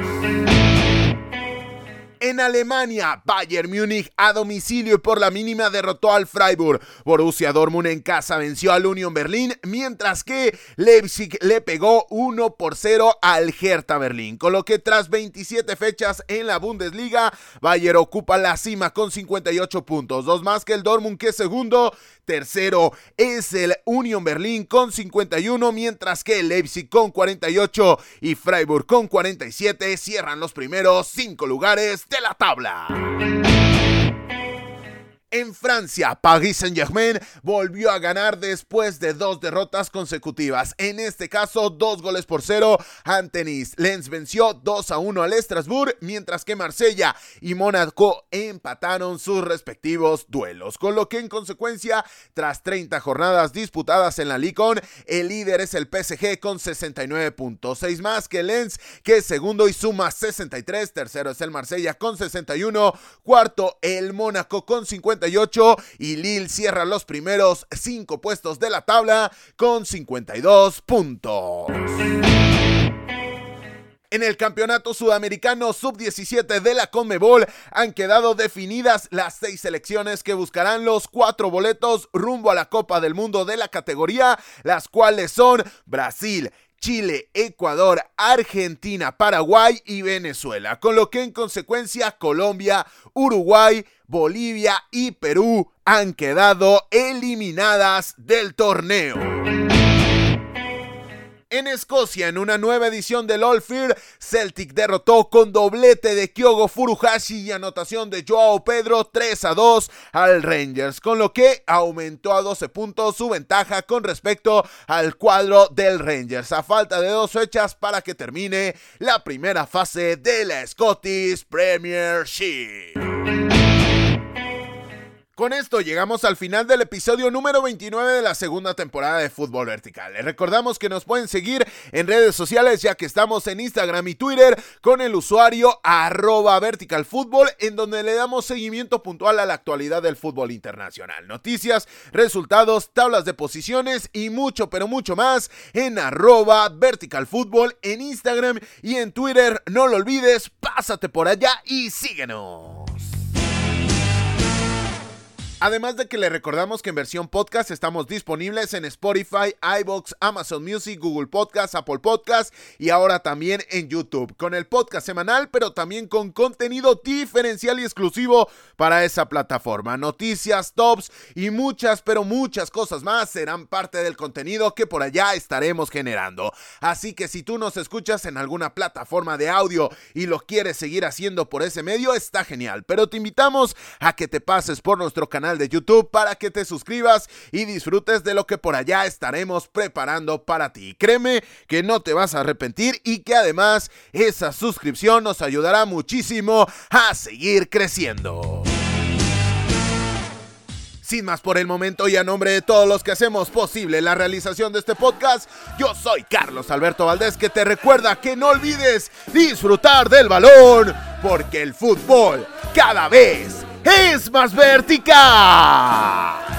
En Alemania, Bayern Múnich a domicilio y por la mínima derrotó al Freiburg. Borussia Dortmund en casa venció al Union Berlin, mientras que Leipzig le pegó uno por cero al Hertha Berlín. Con lo que tras veintisiete fechas en la Bundesliga, Bayern ocupa la cima con cincuenta y ocho puntos, dos más que el Dortmund, que es segundo. Tercero es el Union Berlin con cincuenta y uno, mientras que el Leipzig con cuarenta y ocho y Freiburg con cuarenta y siete cierran los primeros cinco lugares de la tabla. En Francia, Paris Saint-Germain volvió a ganar después de dos derrotas consecutivas. En este caso, dos goles por cero ante Nice. Lens venció dos a uno al Estrasburgo, mientras que Marsella y Mónaco empataron sus respectivos duelos. Con lo que, en consecuencia, tras treinta jornadas disputadas en la Ligue uno, el líder es el P S G con sesenta y nueve puntos, seis más que Lens, que es segundo y suma sesenta y tres. Tercero es el Marsella con sesenta y uno. Cuarto, el Mónaco con cincuenta y ocho y Lille cierra los primeros cinco puestos de la tabla con cincuenta y dos puntos. En el campeonato sudamericano sub diecisiete de la Conmebol han quedado definidas las seis selecciones que buscarán los cuatro boletos rumbo a la Copa del Mundo de la categoría, las cuales son Brasil, Chile, Ecuador, Argentina, Paraguay y Venezuela, con lo que en consecuencia Colombia, Uruguay, Bolivia y Perú han quedado eliminadas del torneo. En Escocia, en una nueva edición del Old Firm, Celtic derrotó con doblete de Kyogo Furuhashi y anotación de Joao Pedro tres a dos al Rangers, con lo que aumentó a doce puntos su ventaja con respecto al cuadro del Rangers, a falta de dos fechas para que termine la primera fase de la Scottish Premiership. Con esto llegamos al final del episodio número veintinueve de la segunda temporada de Fútbol Vertical. Les recordamos que nos pueden seguir en redes sociales, ya que estamos en Instagram y Twitter con el usuario arroba verticalfútbol, en donde le damos seguimiento puntual a la actualidad del fútbol internacional. Noticias, resultados, tablas de posiciones y mucho, pero mucho más en arroba verticalfútbol en Instagram y en Twitter. No lo olvides, pásate por allá y síguenos. Además de que le recordamos que en versión podcast estamos disponibles en Spotify, iVoox, Amazon Music, Google Podcast, Apple Podcast y ahora también en YouTube, con el podcast semanal, pero también con contenido diferencial y exclusivo para esa plataforma. Noticias, tops y muchas, pero muchas cosas más serán parte del contenido que por allá estaremos generando. Así que si tú nos escuchas en alguna plataforma de audio y lo quieres seguir haciendo por ese medio, está genial, pero te invitamos a que te pases por nuestro canal de YouTube para que te suscribas y disfrutes de lo que por allá estaremos preparando para ti. Créeme que no te vas a arrepentir y que además esa suscripción nos ayudará muchísimo a seguir creciendo. Sin más por el momento y a nombre de todos los que hacemos posible la realización de este podcast, yo soy Carlos Alberto Valdés, que te recuerda que no olvides disfrutar del balón, porque el fútbol cada vez es más vertical.